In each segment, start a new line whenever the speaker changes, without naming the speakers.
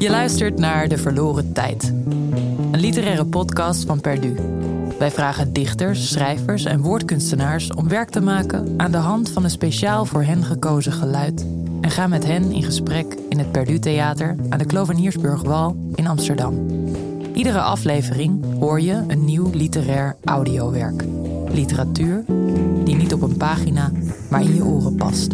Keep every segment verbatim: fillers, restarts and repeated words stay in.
Je luistert naar De Verloren Tijd. Een literaire podcast van Perdu. Wij vragen dichters, schrijvers en woordkunstenaars om werk te maken aan de hand van een speciaal voor hen gekozen geluid en gaan met hen in gesprek in het Perdu Theater aan de Kloveniersburgwal in Amsterdam. Iedere aflevering hoor je een nieuw literair audiowerk. Literatuur die niet op een pagina, maar in je oren past.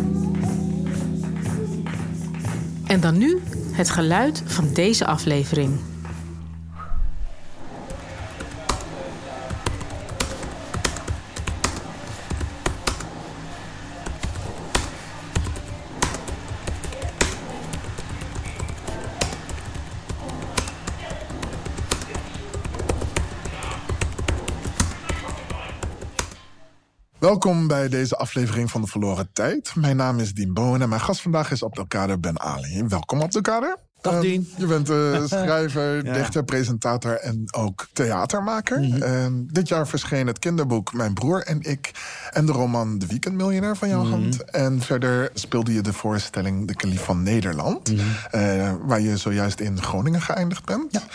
En dan nu het geluid van deze aflevering.
Welkom bij deze aflevering van De Verloren Tijd. Mijn naam is Dien Boon en mijn gast vandaag is Abdelkader Ben Ali. Welkom Abdelkader.
Dag Dien.
Uh, je bent uh, schrijver, ja. dichter, presentator en ook theatermaker. Mm-hmm. Uh, dit jaar verscheen het kinderboek Mijn Broer en Ik en de roman De Weekendmiljonair van jouw mm-hmm. hand. En verder speelde je de voorstelling De Kalif van Nederland, mm-hmm. uh, waar je zojuist in Groningen geëindigd bent. Ja.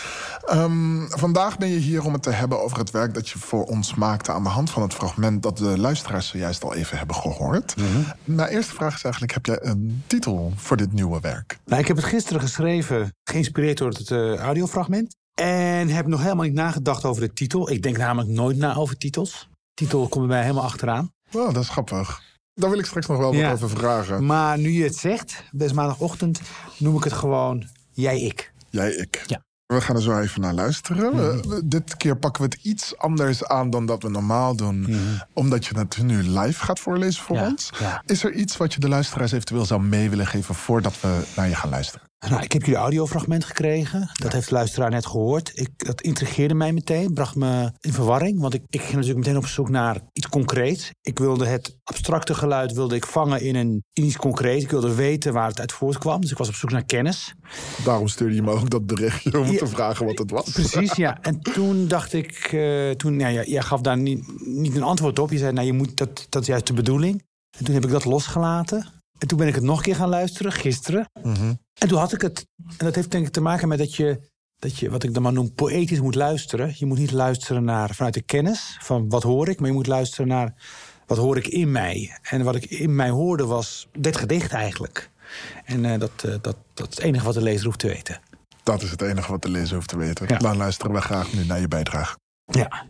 Um, vandaag ben je hier om het te hebben over het werk dat je voor ons maakte aan de hand van het fragment dat de luisteraars zojuist al even hebben gehoord. Mm-hmm. Mijn eerste vraag is eigenlijk, heb jij een titel voor dit nieuwe werk?
Nou, ik heb het gisteren geschreven, geïnspireerd door het uh, audiofragment. En heb nog helemaal niet nagedacht over de titel. Ik denk namelijk nooit na over titels. Titel komt bij mij helemaal achteraan.
Oh, dat is grappig. Daar wil ik straks nog wel ja. wat over vragen.
Maar nu je het zegt, deze maandagochtend, noem ik het gewoon Jij Ik.
Jij Ik.
Ja.
We gaan er zo even naar luisteren. Mm-hmm. Uh, dit keer pakken we het iets anders aan dan dat we normaal doen. Mm-hmm. Omdat je het nu live gaat voorlezen voor ja, ons. Ja. Is er iets wat je de luisteraars eventueel zou mee willen geven voordat we naar je gaan luisteren?
Nou, ik heb jullie audiofragment gekregen. Dat ja. heeft de luisteraar net gehoord. Ik, dat intrigeerde mij meteen, bracht me in verwarring. Want ik, ik ging natuurlijk meteen op zoek naar iets concreets. Ik wilde het abstracte geluid wilde ik vangen in, een, in iets concreets. Ik wilde weten waar het uit voortkwam. Dus ik was op zoek naar kennis.
Daarom stuurde je me ook dat berichtje om ja, te vragen wat het was.
Precies, ja. En toen dacht ik... Uh, toen, nou ja, jij gaf daar niet, niet een antwoord op. Je zei, nou, je moet, dat, dat is juist de bedoeling. En toen heb ik dat losgelaten. En toen ben ik het nog een keer gaan luisteren, gisteren. Mm-hmm. En toen had ik het. En dat heeft denk ik te maken met dat je, dat je, wat ik dan maar noem, poëtisch moet luisteren. Je moet niet luisteren naar vanuit de kennis van wat hoor ik, maar je moet luisteren naar wat hoor ik in mij. En wat ik in mij hoorde was dit gedicht eigenlijk. En uh, dat, uh, dat, dat is het enige wat de lezer hoeft te weten.
Dat is het enige wat de lezer hoeft te weten.
Ja.
Dan luisteren we graag nu naar je bijdrage.
Ja.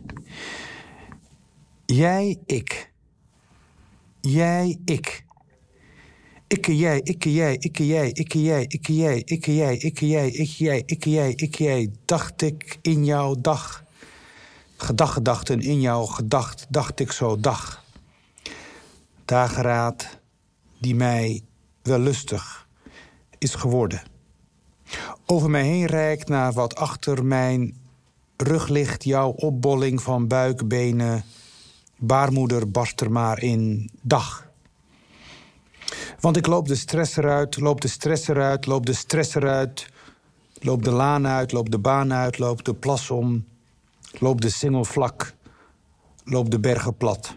Jij, ik. Jij, ik. Ikke jij, ikke jij, ikke jij, ikke jij, ikke jij, ikke jij, ikke jij, ikke jij, ikke jij, ikke jij, dacht ik in jouw dag. Gedaggedachten in jouw gedacht, dacht ik zo dag. Dageraad die mij wel lustig is geworden. Over mij heen reikt naar wat achter mijn rug ligt, jouw opbolling van buikbenen. Baarmoeder barst er maar in dag. Want ik loop de stress eruit, loop de stress eruit, loop de stress eruit. Loop de laan uit, loop de baan uit, loop de plas om. Loop de singel vlak, loop de bergen plat.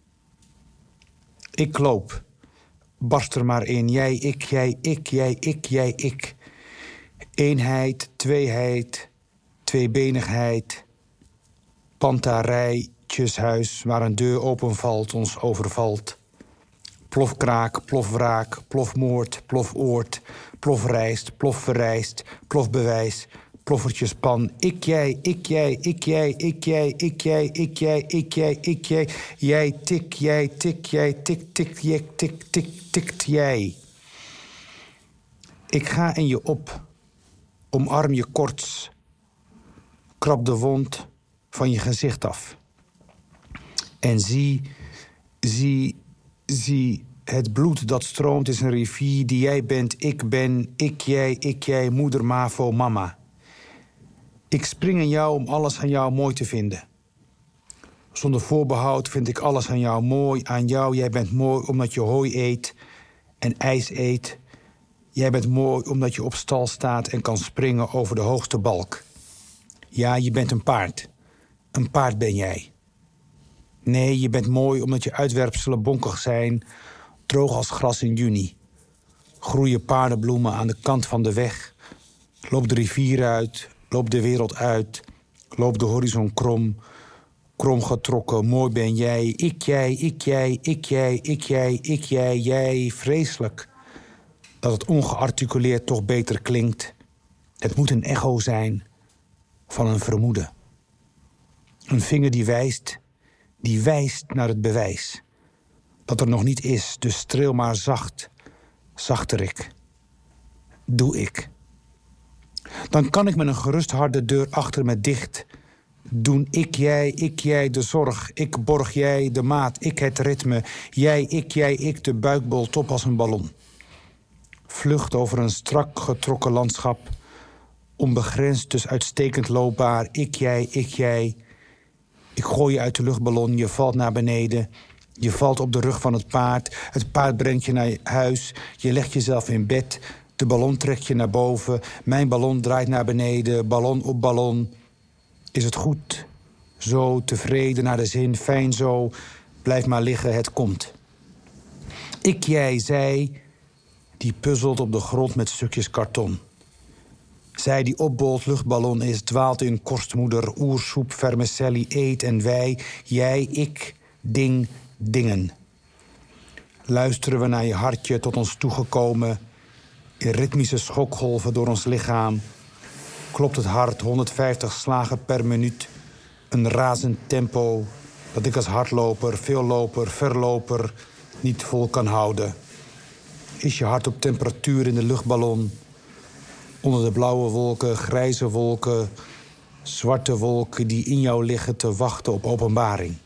Ik loop, barst er maar in. Jij, ik, jij, ik, jij, ik, jij, ik. Eenheid, tweeheid, tweebenigheid. Pantarijtjeshuis waar een deur openvalt, ons overvalt. Plofkraak, plofwraak, plofmoord, plofoord, plofrijst, plofverrijst, plofbewijs, ploffertjespan. Ik, jij, ik, jij, ik, jij, ik, jij, ik, jij, ik, jij, ik, jij, ik, jij. Jij, tik, jij, tik, jij, tik, tik, jij, tik, tik, tikt jij. Ik ga in je op, omarm je korts, krab de wond van je gezicht af. En zie, zie... Zie, het bloed dat stroomt is een rivier die jij bent, ik ben, ik, jij, ik, jij, moeder, mavo, mama. Ik spring in jou om alles aan jou mooi te vinden. Zonder voorbehoud vind ik alles aan jou mooi, aan jou. Jij bent mooi omdat je hooi eet en ijs eet. Jij bent mooi omdat je op stal staat en kan springen over de hoogste balk. Ja, je bent een paard. Een paard ben jij. Nee, je bent mooi omdat je uitwerpselen bonkig zijn, droog als gras in juni. Groeien paardenbloemen aan de kant van de weg. Loop de rivier uit, loop de wereld uit. Loop de horizon krom, krom getrokken. Mooi ben jij, ik jij, ik jij, ik jij, ik jij, ik jij, jij. Vreselijk dat het ongearticuleerd toch beter klinkt. Het moet een echo zijn van een vermoeden. Een vinger die wijst, die wijst naar het bewijs. Dat er nog niet is, dus streel maar zacht, zachterik. Doe ik. Dan kan ik met een gerust hart de deur achter me dicht doen. Ik, jij, ik, jij, de zorg. Ik borg, jij, de maat. Ik, het ritme. Jij, ik, jij, ik, de buikbol, top als een ballon. Vlucht over een strak getrokken landschap. Onbegrensd, dus uitstekend loopbaar. Ik, jij, ik, jij. Ik gooi je uit de luchtballon, je valt naar beneden. Je valt op de rug van het paard. Het paard brengt je naar huis. Je legt jezelf in bed. De ballon trekt je naar boven. Mijn ballon draait naar beneden. Ballon op ballon. Is het goed? Zo, tevreden, naar de zin. Fijn zo. Blijf maar liggen, het komt. Ik, jij, zij, die puzzelt op de grond met stukjes karton. Zij die opbolt, luchtballon is, dwaalt in korstmoeder, oersoep, vermicelli, eet en wij. Jij, ik, ding, dingen. Luisteren we naar je hartje tot ons toegekomen. In ritmische schokgolven door ons lichaam. Klopt het hart honderdvijftig slagen per minuut. Een razend tempo dat ik als hardloper, veelloper, verloper niet vol kan houden. Is je hart op temperatuur in de luchtballon? Onder de blauwe wolken, grijze wolken, zwarte wolken die in jou liggen te wachten op openbaring.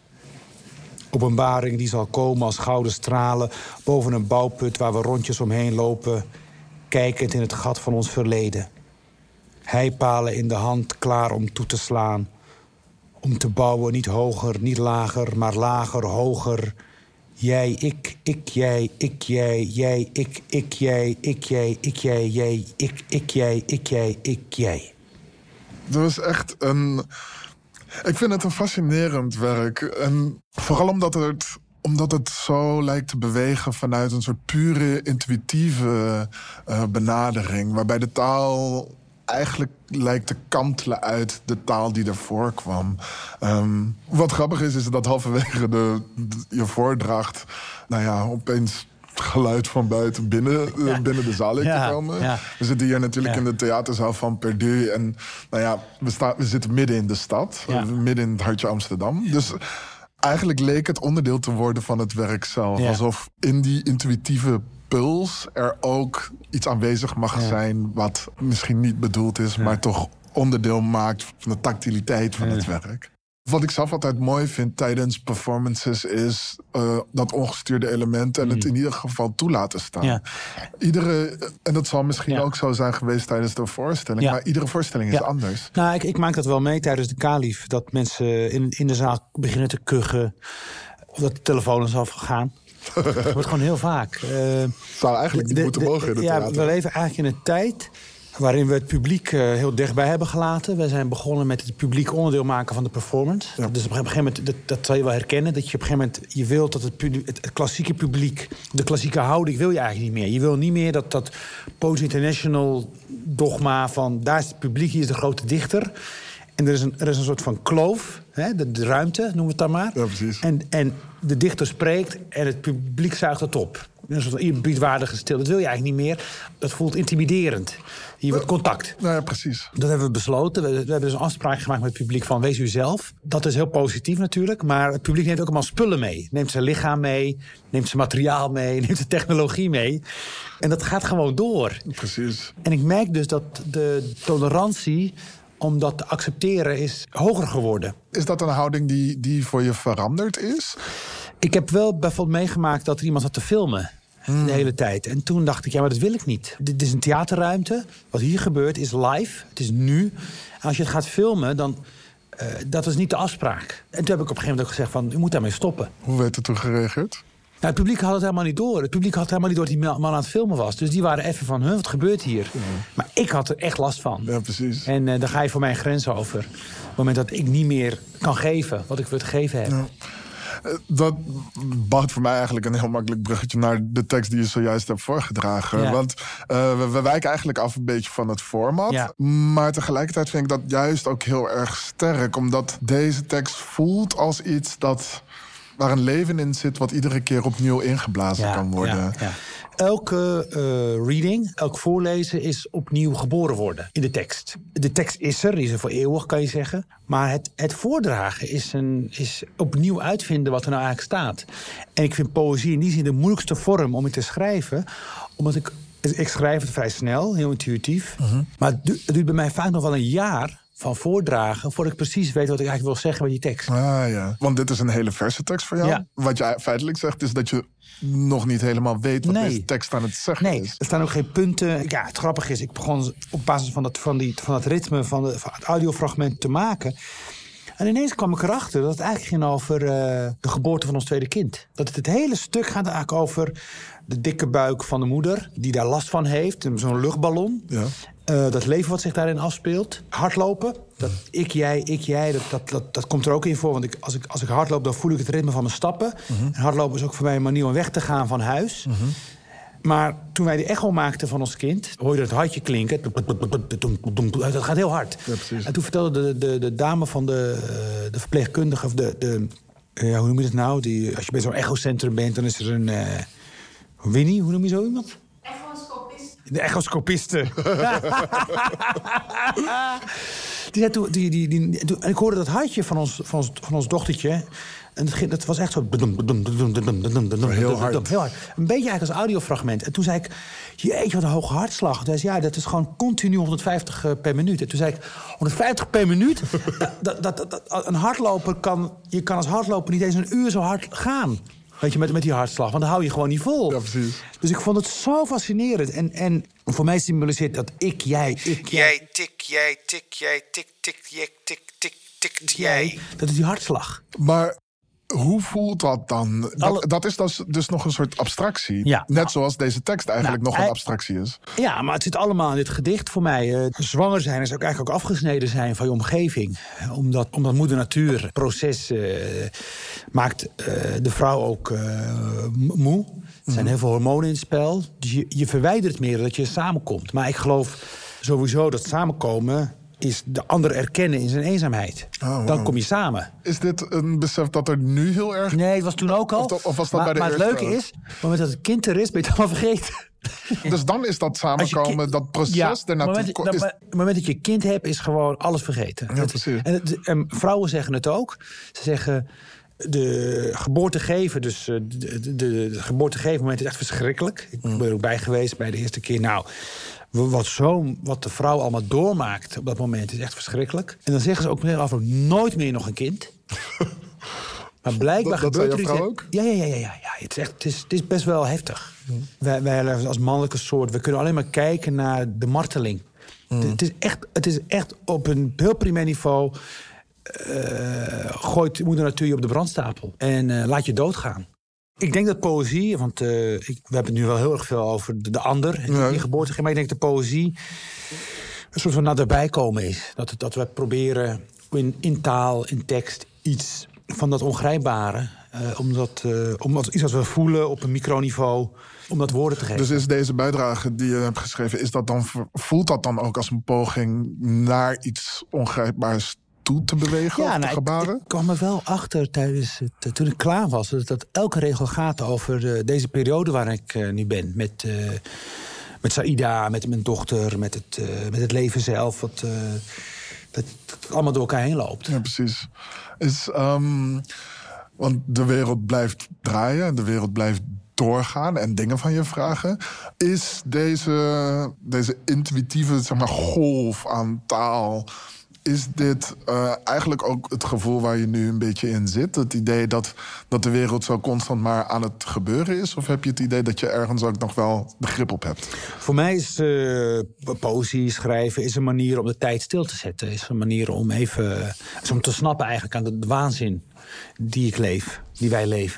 Openbaring die zal komen als gouden stralen boven een bouwput waar we rondjes omheen lopen, kijkend in het gat van ons verleden. Heipalen in de hand, klaar om toe te slaan. Om te bouwen, niet hoger, niet lager, maar lager, hoger. Jij, ik, ik, jij, ik, jij, jij, ik, ik, jij, ik, jij, ik, jij, jij, ik, ik, jij, ik, jij, ik, jij.
Dat was echt een... Ik vind het een fascinerend werk. En vooral omdat het, omdat het zo lijkt te bewegen vanuit een soort pure, intuïtieve uh, benadering. Waarbij de taal eigenlijk lijkt te kantelen uit de taal die ervoor kwam. Um, wat grappig is, is dat halverwege de, de, je voordracht... nou ja, opeens geluid van buiten binnen, ja. binnen de zaal in ja, te komen. Ja. We zitten hier natuurlijk ja. in de theaterzaal van Perdu. En nou ja, we, sta, we zitten midden in de stad. Ja. Midden in het hartje Amsterdam. Dus eigenlijk leek het onderdeel te worden van het werk zelf. Ja. Alsof in die intuïtieve puls er ook iets aanwezig mag ja. zijn wat misschien niet bedoeld is, ja. maar toch onderdeel maakt van de tactiliteit van ja. het werk. Wat ik zelf altijd mooi vind tijdens performances is uh, dat ongestuurde element en mm. het in ieder geval toelaten staan. Ja. Iedere, en dat zal misschien ja. ook zo zijn geweest tijdens de voorstelling, ja. maar iedere voorstelling is ja. anders.
Nou, ik, ik maak dat wel mee tijdens de Kalif, dat mensen in, in de zaal beginnen te kuchen of dat de telefoon is afgegaan. Dat wordt gewoon heel vaak. Uh,
zou eigenlijk niet de, moeten de, mogen in het
ja,
theater.
We leven eigenlijk in een tijd waarin we het publiek uh, heel dichtbij hebben gelaten. We zijn begonnen met het publiek onderdeel maken van de performance. Ja. Dus op een gegeven moment, dat, dat zal je wel herkennen, dat je op een gegeven moment, je wilt dat het, het, het klassieke publiek, de klassieke houding wil je eigenlijk niet meer. Je wil niet meer dat dat Poetry International dogma van daar is het publiek, hier is de grote dichter. En er is een, er is een soort van kloof, hè, de, de ruimte, noemen we het dan maar.
Ja, precies.
En, en de dichter spreekt en het publiek zuigt het op. Een soort eerbiedwaardige stilte. Dat wil je eigenlijk niet meer. Dat voelt intimiderend. Je wordt contact.
Nou ja, precies.
Dat hebben we besloten. We, we hebben dus een afspraak gemaakt met het publiek van wees u zelf. Dat is heel positief natuurlijk. Maar het publiek neemt ook allemaal spullen mee. Neemt zijn lichaam mee. Neemt zijn materiaal mee. Neemt zijn technologie mee. En dat gaat gewoon door.
Precies.
En ik merk dus dat de tolerantie om dat te accepteren is hoger geworden.
Is dat een houding die, die voor je veranderd is?
Ik heb wel bijvoorbeeld meegemaakt dat er iemand zat te filmen. Hmm. De hele tijd. En toen dacht ik, ja, maar dat wil ik niet. Dit is een theaterruimte. Wat hier gebeurt is live. Het is nu. En als je het gaat filmen, dan... Uh, dat is niet de afspraak. En toen heb ik op een gegeven moment ook gezegd van, u moet daarmee stoppen.
Hoe werd er toen gereageerd?
Nou, het publiek had het helemaal niet door. Het publiek had helemaal niet door dat die man aan het filmen was. Dus die waren even van, huh, wat gebeurt hier? Ja. Maar ik had er echt last van.
Ja, precies.
En uh, dan ga je voor mijn grens over. Op het moment dat ik niet meer kan geven wat ik wil geven heb. Ja.
Dat bouwt voor mij eigenlijk een heel makkelijk bruggetje naar de tekst die je zojuist hebt voorgedragen. Ja. Want uh, we, we wijken eigenlijk af een beetje van het format. Ja. Maar tegelijkertijd vind ik dat juist ook heel erg sterk. Omdat deze tekst voelt als iets dat waar een leven in zit wat iedere keer opnieuw ingeblazen ja, kan worden. Ja, ja.
Elke uh, reading, elk voorlezen is opnieuw geboren worden in de tekst. De tekst is er, die is er voor eeuwig, kan je zeggen. Maar het, het voordragen is, een, is opnieuw uitvinden wat er nou eigenlijk staat. En ik vind poëzie in die zin de moeilijkste vorm om het te schrijven. Omdat ik, ik schrijf het vrij snel, heel intuïtief. Uh-huh. Maar het duurt, het duurt bij mij vaak nog wel een jaar van voordragen voordat ik precies weet wat ik eigenlijk wil zeggen met die tekst.
Ah ja, want dit is een hele verse tekst voor jou. Ja. Wat je feitelijk zegt is dat je nog niet helemaal weet wat nee. deze tekst aan het zeggen
nee,
is.
Er staan ook geen punten. Ja, het grappige is, ik begon op basis van, dat, van, die, van het ritme van, de, van het audiofragment te maken. En ineens kwam ik erachter dat het eigenlijk ging over uh, de geboorte van ons tweede kind. Dat het, het hele stuk gaat eigenlijk over de dikke buik van de moeder, die daar last van heeft. Zo'n luchtballon. Ja. Uh, dat leven wat zich daarin afspeelt. Hardlopen. Dat ik, jij, ik, jij, dat, dat, dat, dat komt er ook in voor. Want ik, als, ik, als ik hardloop, dan voel ik het ritme van mijn stappen. Uh-huh. En hardlopen is ook voor mij een manier om weg te gaan van huis. Uh-huh. Maar toen wij de echo maakten van ons kind, hoor je dat hartje klinken. Dat gaat heel hard. Ja, en toen vertelde de, de, de dame van de, de verpleegkundige, of de, de ja, hoe noem je het nou? Die, als je bij zo'n echocentrum bent, dan is er een uh, Winnie, hoe noem je zo iemand? De echoscopiste. die zei toen, die, die, die, die, en ik hoorde dat hartje van ons, van ons, van ons dochtertje. En dat, ging, dat was echt zo. Heel hard. Heel hard. Een beetje eigenlijk als audiofragment. En toen zei ik, jeetje, wat een hoge hartslag. Toen zei ja, dat is gewoon continu honderdvijftig per minuut. En toen zei ik, honderdvijftig per minuut? dat, dat, dat, dat, een hardloper kan, je kan als hardloper niet eens een uur zo hard gaan. Weet je, met, met die hartslag, want dan hou je gewoon niet vol.
Ja, precies.
Dus ik vond het zo fascinerend. En, en voor mij symboliseert dat ik, jij, ik, jij.
Jij, tik, jij, tik, jij, tik, tik, jij, tik, tik, tik, jij.
Dat is die hartslag.
Maar hoe voelt dat dan? Dat, Alle... dat is dus, dus nog een soort abstractie. Ja. Net nou, zoals deze tekst eigenlijk nou, nog een abstractie is.
Ja, maar het zit allemaal in dit gedicht voor mij. Uh, zwanger zijn is ook eigenlijk ook afgesneden zijn van je omgeving. Omdat, omdat moeder natuur het proces uh, maakt uh, de vrouw ook uh, moe. Er zijn heel veel hormonen in het spel. Dus je, je verwijdert meer dat je samenkomt. Maar ik geloof sowieso dat samenkomen is de ander erkennen in zijn eenzaamheid. Oh, wow. Dan kom je samen.
Is dit een besef dat er nu heel erg...
Nee, het was toen ook al.
Of, of was dat
maar
bij de
maar
eerste...
het leuke is, op het moment dat het kind er is, ben je het allemaal vergeten.
Dus dan is dat samenkomen, kind... dat proces
ja,
ernaartoe...
Op het moment, moment dat je kind hebt, is gewoon alles vergeten.
Ja, precies.
En, het, en vrouwen zeggen het ook. Ze zeggen, de geboorte geven, dus de, de, de, de geboorte geven moment is echt verschrikkelijk. Ik ben er ook bij geweest bij de eerste keer. Nou... Wat, zo, wat de vrouw allemaal doormaakt op dat moment is echt verschrikkelijk. En dan zeggen ze ook meteen af, nooit meer nog een kind. Maar blijkbaar
dat, dat
gebeurt er iets.
Vrouw ook?
Ja, ja, ja, ja, ja. Het, is echt, het, is, het is best wel heftig. Mm. Wij, wij als mannelijke soort, we kunnen alleen maar kijken naar de marteling. Mm. Het, het, is echt, het is echt op een heel primair niveau. Uh, gooit moeder natuur je op de brandstapel. En uh, laat je doodgaan. Ik denk dat poëzie, want uh, ik, we hebben het nu wel heel erg veel over de, de ander, en ja. die geboorte. Maar ik denk dat de poëzie een soort van naderbij komen is. Dat, dat we proberen in, in taal, in tekst, iets van dat ongrijpbare. Uh, om, dat, uh, om dat, iets wat we voelen op een microniveau, om dat woorden te geven.
Dus is deze bijdrage die je hebt geschreven, is dat dan, voelt dat dan ook als een poging naar iets ongrijpbaars toe te bewegen ja, of te nou, gebaren?
Ik, ik kwam er wel achter tijdens het, toen ik klaar was, dat, dat elke regel gaat over uh, deze periode waar ik uh, nu ben. Met, uh, met Saïda, met mijn dochter, met het, uh, met het leven zelf. Wat, uh, dat het allemaal door elkaar heen loopt.
Ja, precies. Is, um, want de wereld blijft draaien en de wereld blijft doorgaan en dingen van je vragen. Is deze, deze intuïtieve, zeg maar, golf aan taal, is dit uh, eigenlijk ook het gevoel waar je nu een beetje in zit? Het idee dat, dat de wereld zo constant maar aan het gebeuren is? Of heb je het idee dat je ergens ook nog wel de grip op hebt?
Voor mij is uh, poëzie schrijven is een manier om de tijd stil te zetten. Is een manier om even, is om te snappen eigenlijk aan de, de waanzin die ik leef, die wij leven.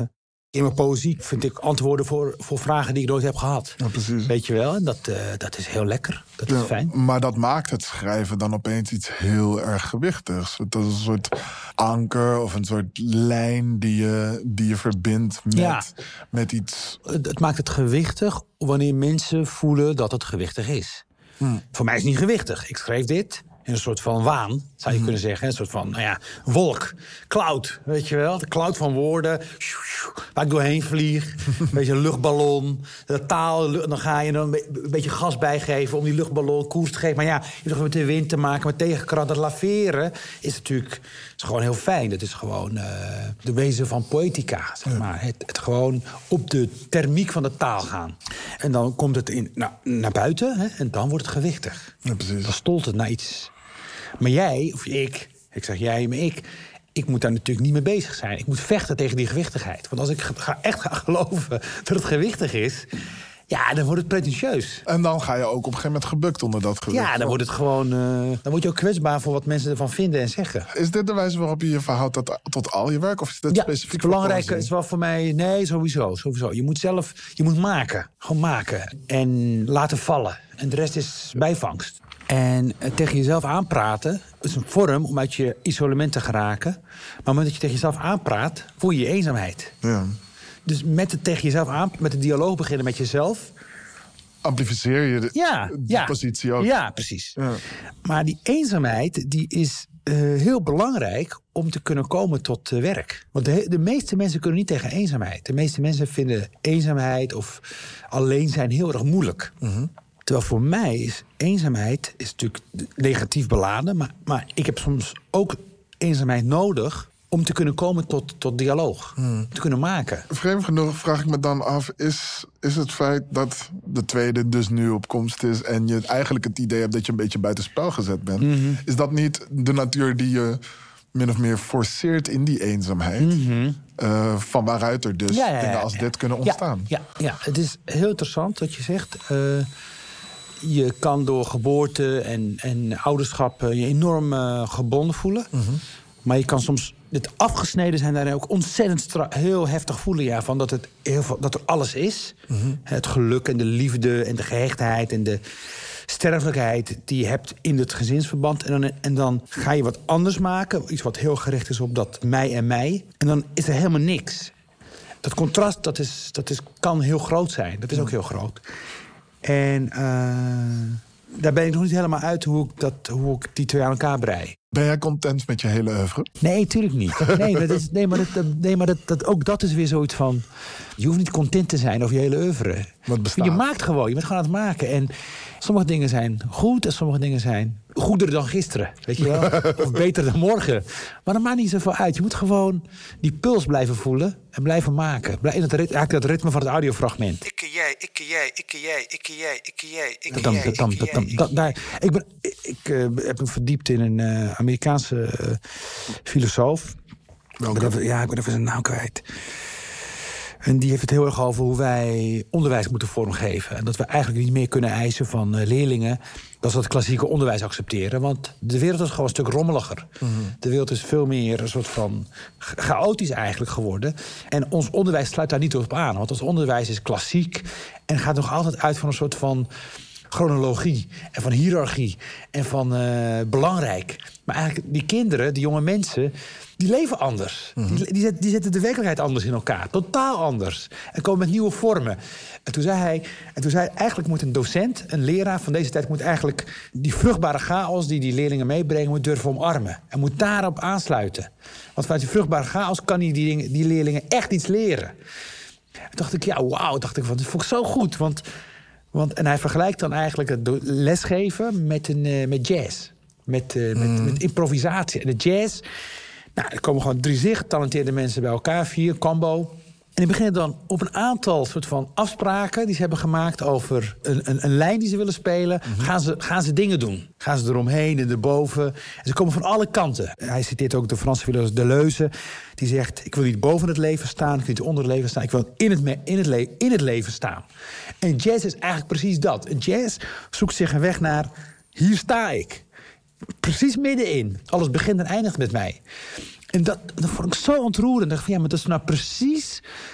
In mijn poëzie vind ik antwoorden voor, voor vragen die ik nooit heb gehad.
Ja, precies.
Weet je wel? En dat, uh, dat is heel lekker. Dat
Ja,
is fijn.
Maar dat maakt het schrijven dan opeens iets heel erg gewichtigs. Dat is een soort anker of een soort lijn die je, die je verbindt met,
Ja.
met iets.
Het, het maakt het gewichtig wanneer mensen voelen dat het gewichtig is. Hmm. Voor mij is het niet gewichtig. Ik schreef dit in een soort van waan, zou je hmm. kunnen zeggen. Een soort van, nou ja, wolk, cloud, weet je wel. De cloud van woorden, waar ik doorheen vlieg. Een beetje een luchtballon, de taal. Dan ga je er een, be- een beetje gas bijgeven om die luchtballon koers te geven. Maar ja, je hebt toch met de wind te maken, met tegenkracht. Dat laveren is natuurlijk is gewoon heel fijn. Dat is gewoon uh, de wezen van poëtica, zeg maar. Het, het gewoon op de thermiek van de taal gaan. En dan komt het in, nou, naar buiten, hè, en dan wordt het gewichtig.
Ja, precies.
Dan stolt het naar iets. Maar jij, of ik, ik zeg jij, maar ik... ik moet daar natuurlijk niet mee bezig zijn. Ik moet vechten tegen die gewichtigheid. Want als ik ga, echt ga geloven dat het gewichtig is... ja, dan wordt het pretentieus.
En dan ga je ook op een gegeven moment gebukt onder dat gewicht.
Ja, dan wordt het gewoon... Uh, dan word je ook kwetsbaar voor wat mensen ervan vinden en zeggen.
Is dit de wijze waarop je je verhoudt tot, tot al je werk? Of is dit
ja,
specifiek
het belangrijke is wel voor mij... nee, sowieso, sowieso. Je moet zelf... je moet maken. Gewoon maken. En laten vallen. En de rest is bijvangst. En tegen jezelf aanpraten is een vorm om uit je isolement te geraken. Maar op het moment dat je tegen jezelf aanpraat, voel je je eenzaamheid.
Ja.
Dus met het tegen jezelf aan, met de dialoog beginnen met jezelf...
amplificeer je de,
ja,
die
ja,
positie ook.
Ja, precies.
Ja.
Maar die eenzaamheid die is uh, heel belangrijk om te kunnen komen tot uh, werk. Want de, de meeste mensen kunnen niet tegen eenzaamheid. De meeste mensen vinden eenzaamheid of alleen zijn heel erg moeilijk. Mm-hmm. Terwijl voor mij is eenzaamheid is natuurlijk negatief beladen. Maar, maar ik heb soms ook eenzaamheid nodig om te kunnen komen tot, tot dialoog. Hmm. Te kunnen maken.
Vreemd genoeg vraag ik me dan af... Is, is het feit dat de tweede dus nu op komst is... en je eigenlijk het idee hebt dat je een beetje buitenspel gezet bent... Mm-hmm. Is dat niet de natuur die je min of meer forceert in die eenzaamheid... Mm-hmm. Uh, van waaruit er dus ja, ja, ja, dingen als ja. dit kunnen ontstaan?
Ja, ja, ja, het is heel interessant wat je zegt... Uh, je kan door geboorte en, en ouderschap je enorm uh, gebonden voelen. Mm-hmm. Maar je kan soms het afgesneden zijn daarin ook ontzettend stra- heel heftig voelen. Ja, van dat, het heel veel, dat er alles is. Mm-hmm. Het geluk en de liefde en de gehechtheid en de sterfelijkheid die je hebt in het gezinsverband. En dan, en dan ga je wat anders maken. Iets wat heel gericht is op dat mij en mij. En dan is er helemaal niks. Dat contrast dat is, dat is, kan heel groot zijn. Dat is ook heel groot. En uh, daar ben ik nog niet helemaal uit hoe ik, dat, hoe ik die twee aan elkaar brei.
Ben jij content met je hele oeuvre?
Nee, tuurlijk niet. Nee, maar, dat, is, nee, maar, dat, nee, maar dat, dat, ook dat is weer zoiets van... je hoeft niet content te zijn over je hele oeuvre.
Wat bestaat.
Je maakt gewoon, je bent gewoon aan het maken. En sommige dingen zijn goed en sommige dingen zijn goeder dan gisteren. Weet je wel? Of beter dan morgen. Maar dat maakt niet zoveel uit. Je moet gewoon die puls blijven voelen en blijven maken. In het rit, eigenlijk dat ritme van het audiofragment.
Ikke jij, ikke jij, ikke jij, ikke jij, ikke jij, ikke
Dan,
jij,
dan, dan,
ikke
dan,
jij.
dan, daar, ik ben, ik uh, heb me verdiept in een uh, Amerikaanse uh, filosoof. Ik ben even, ja, ik ben even zijn naam kwijt. En die heeft het heel erg over hoe wij onderwijs moeten vormgeven. En dat we eigenlijk niet meer kunnen eisen van uh, leerlingen... dat ze het klassieke onderwijs accepteren. Want de wereld is gewoon een stuk rommeliger. Mm-hmm. De wereld is veel meer een soort van chaotisch eigenlijk geworden. En ons onderwijs sluit daar niet op aan. Want ons onderwijs is klassiek en gaat nog altijd uit van een soort van chronologie en van hiërarchie en van uh, belangrijk. Maar eigenlijk die kinderen, die jonge mensen, die leven anders. Mm-hmm. Die, die, zet, die zetten de werkelijkheid anders in elkaar. Totaal anders. En komen met nieuwe vormen. En toen zei hij, en toen zei hij eigenlijk moet een docent, een leraar van deze tijd... moet eigenlijk die vruchtbare chaos die die leerlingen meebrengen... moet durven omarmen. En moet daarop aansluiten. Want vanuit die vruchtbare chaos kan hij die, die leerlingen echt iets leren. En toen dacht ik, ja, wauw, dacht ik, dat vond ik zo goed. Want, want, en hij vergelijkt dan eigenlijk het lesgeven met, een, uh, met jazz. Met, uh, met, mm. met improvisatie. En de jazz... Nou, er komen gewoon drie zeer getalenteerde mensen bij elkaar, vier, combo. En die beginnen dan op een aantal soort van afspraken... die ze hebben gemaakt over een, een, een lijn die ze willen spelen. Mm-hmm. Gaan ze, gaan ze dingen doen. Gaan ze eromheen en erboven. En ze komen van alle kanten. Hij citeert ook de Franse filosoof Deleuze. Die zegt, ik wil niet boven het leven staan. Ik wil niet onder het leven staan. Ik wil in het, in het, le- in het leven staan. En jazz is eigenlijk precies dat. En jazz zoekt zich een weg naar, hier sta ik. Precies middenin. Alles begint en eindigt met mij. En dat, dat vond ik zo ontroerend. Ik dacht van, ja, maar dat is nou precies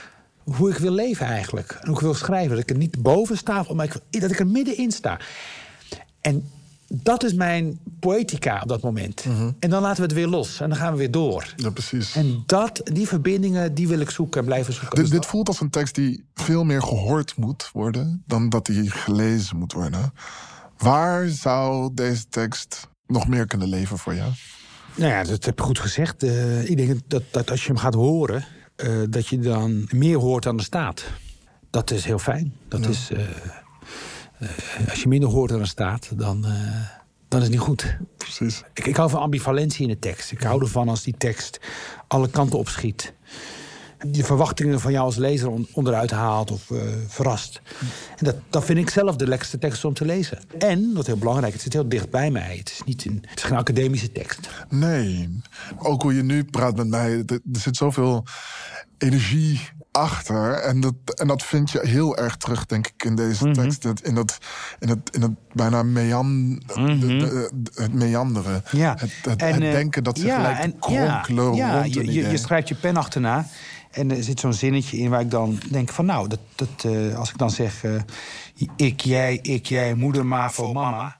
hoe ik wil leven eigenlijk. En hoe ik wil schrijven. Dat ik er niet boven sta, maar ik, dat ik er middenin sta. En dat is mijn poëtica op dat moment. Mm-hmm. En dan laten we het weer los. En dan gaan we weer door.
Ja, precies.
En dat, die verbindingen, die wil ik zoeken en blijven zoeken.
Dit,
dus
dit
dat...
voelt als een tekst die veel meer gehoord moet worden... dan dat die gelezen moet worden. Waar zou deze tekst nog meer kunnen leven voor jou?
Nou ja, dat heb je goed gezegd. Uh, ik denk dat, dat als je hem gaat horen... Uh, dat je dan meer hoort dan er staat. Dat is heel fijn. Dat ja. is... Uh, Uh, als je minder hoort dan er staat, dan, uh, dan is het niet goed.
Precies. Ik,
ik hou van ambivalentie in de tekst. Ik hou ervan als die tekst alle kanten opschiet. Die verwachtingen van jou als lezer on, onderuit haalt of uh, verrast. En dat, dat vind ik zelf de lekkerste tekst om te lezen. En, wat heel belangrijk, het zit heel dicht bij mij. Het is, niet een, het is geen academische tekst.
Nee. Ook hoe je nu praat met mij, er zit zoveel energie achter. En dat, en dat vind je heel erg terug, denk ik, in deze mm-hmm. tekst. In dat, in het, in het bijna mean, mm-hmm. de, de, de, het meanderen. Ja. Het, het, en, het denken dat zich ja, gelijk en, kronkelen ja, rond ja,
je, je, je schrijft je pen achterna. En er zit zo'n zinnetje in waar ik dan denk van... nou, dat, dat, uh, als ik dan zeg... Uh, ik, jij, ik, jij, moeder, mavo, mama...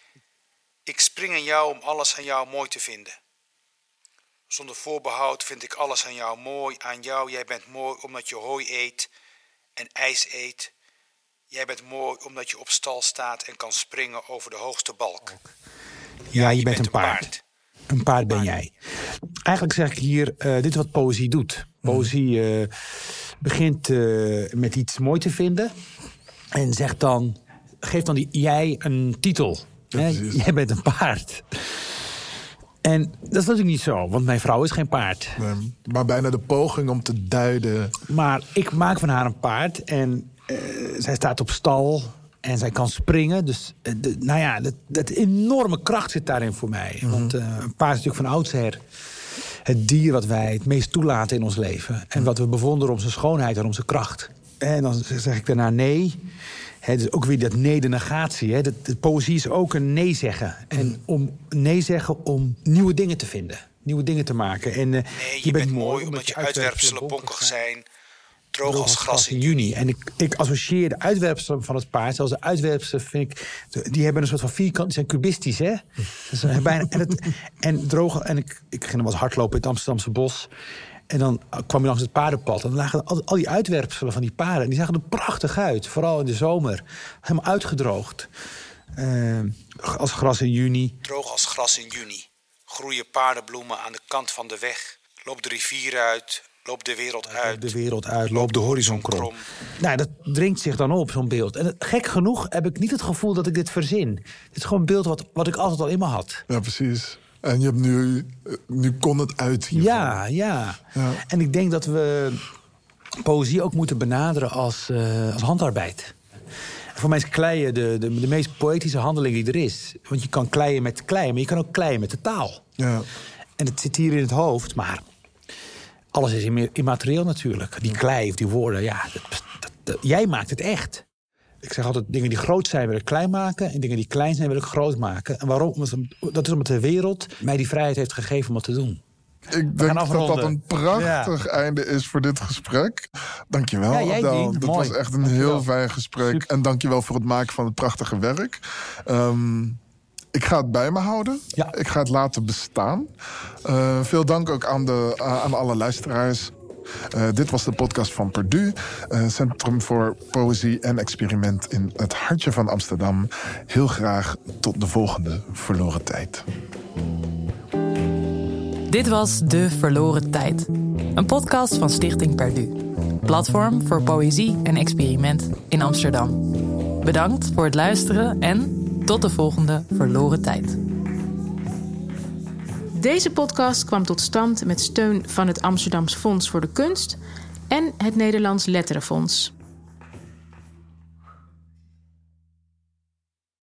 Ik spring aan jou om alles aan jou mooi te vinden. Zonder voorbehoud vind ik alles aan jou mooi. Aan jou, jij bent mooi omdat je hooi eet en ijs eet. Jij bent mooi omdat je op stal staat en kan springen over de hoogste balk.
Ja, je, je bent, bent een paard. paard. Een paard ben jij. Eigenlijk zeg ik hier, uh, dit is wat poëzie doet. Poëzie uh, begint uh, met iets mooi te vinden. En zegt dan, geeft dan die jij een titel. Ja, hè? Jij bent een paard. En dat is natuurlijk niet zo, want mijn vrouw is geen paard.
Nee, maar bijna de poging om te duiden.
Maar ik maak van haar een paard en uh, zij staat op stal en zij kan springen. Dus uh, de, nou ja, dat, dat enorme kracht zit daarin voor mij. Mm-hmm. Want uh, een paard is natuurlijk van oudsher het dier wat wij het meest toelaten in ons leven. En wat we bewonderen om zijn schoonheid en om zijn kracht. En dan zeg ik daarna nee. He, dus ook weer dat nee, de negatie. He. De, de poëzie is ook een nee zeggen. En om nee zeggen om nieuwe dingen te vinden. Nieuwe dingen te maken. En, uh,
nee, je, je bent, bent mooi omdat je uitwerpselen bonkig zijn. Droog, droog als gras in juni.
En ik, ik associeer de uitwerpselen van het paard. Zoals de uitwerpselen vind ik... Die hebben een soort van vierkant. Die zijn cubistisch, hè? Dus bijna, en, het, en droog... En ik, ik ging wel eens hardlopen in het Amsterdamse bos. En dan kwam je langs het paardenpad. En dan lagen al, al die uitwerpselen van die paarden. En die zagen er prachtig uit. Vooral in de zomer. Helemaal uitgedroogd. Uh, als gras in juni.
Droog als gras in juni. Groeien paardenbloemen aan de kant van de weg. Loop de rivier uit. Loop de wereld uit.
Loop de wereld uit. Loop de horizon krom. krom. Nou, dat dringt zich dan op, zo'n beeld. En gek genoeg heb ik niet het gevoel dat ik dit verzin. Dit is gewoon een beeld wat, wat ik altijd al in me had.
Ja, precies. En je hebt nu, nu kon het uit hiervan.
Ja, ja, ja. En ik denk dat we poëzie ook moeten benaderen als, uh, als handarbeid. En voor mij is kleien de, de, de meest poëtische handeling die er is. Want je kan kleien met klei, maar je kan ook kleien met de taal. Ja. En het zit hier in het hoofd, maar alles is immaterieel natuurlijk. Die klei of die woorden, ja, dat, dat, dat, jij maakt het echt. Ik zeg altijd, dingen die groot zijn wil ik klein maken. En dingen die klein zijn wil ik groot maken. En waarom? Dat is omdat de wereld mij die vrijheid heeft gegeven om dat te doen.
Ik denk dat dat een prachtig ja. einde is voor dit gesprek. Dankjewel, ja, Adel. Dat Mooi. was echt een dankjewel. heel fijn gesprek. Super. En dankjewel voor het maken van het prachtige werk. Um, ik ga het bij me houden. Ja. Ik ga het laten bestaan. Uh, veel dank ook aan, de, uh, aan alle luisteraars. Uh, dit was de podcast van Perdu, uh, Centrum voor Poëzie en Experiment in het hartje van Amsterdam. Heel graag tot de volgende Verloren Tijd.
Dit was De Verloren Tijd, een podcast van Stichting Perdu. Platform voor poëzie en experiment in Amsterdam. Bedankt voor het luisteren en tot de volgende Verloren Tijd.
Deze podcast kwam tot stand met steun van het Amsterdams Fonds voor de Kunst en het Nederlands Letterenfonds.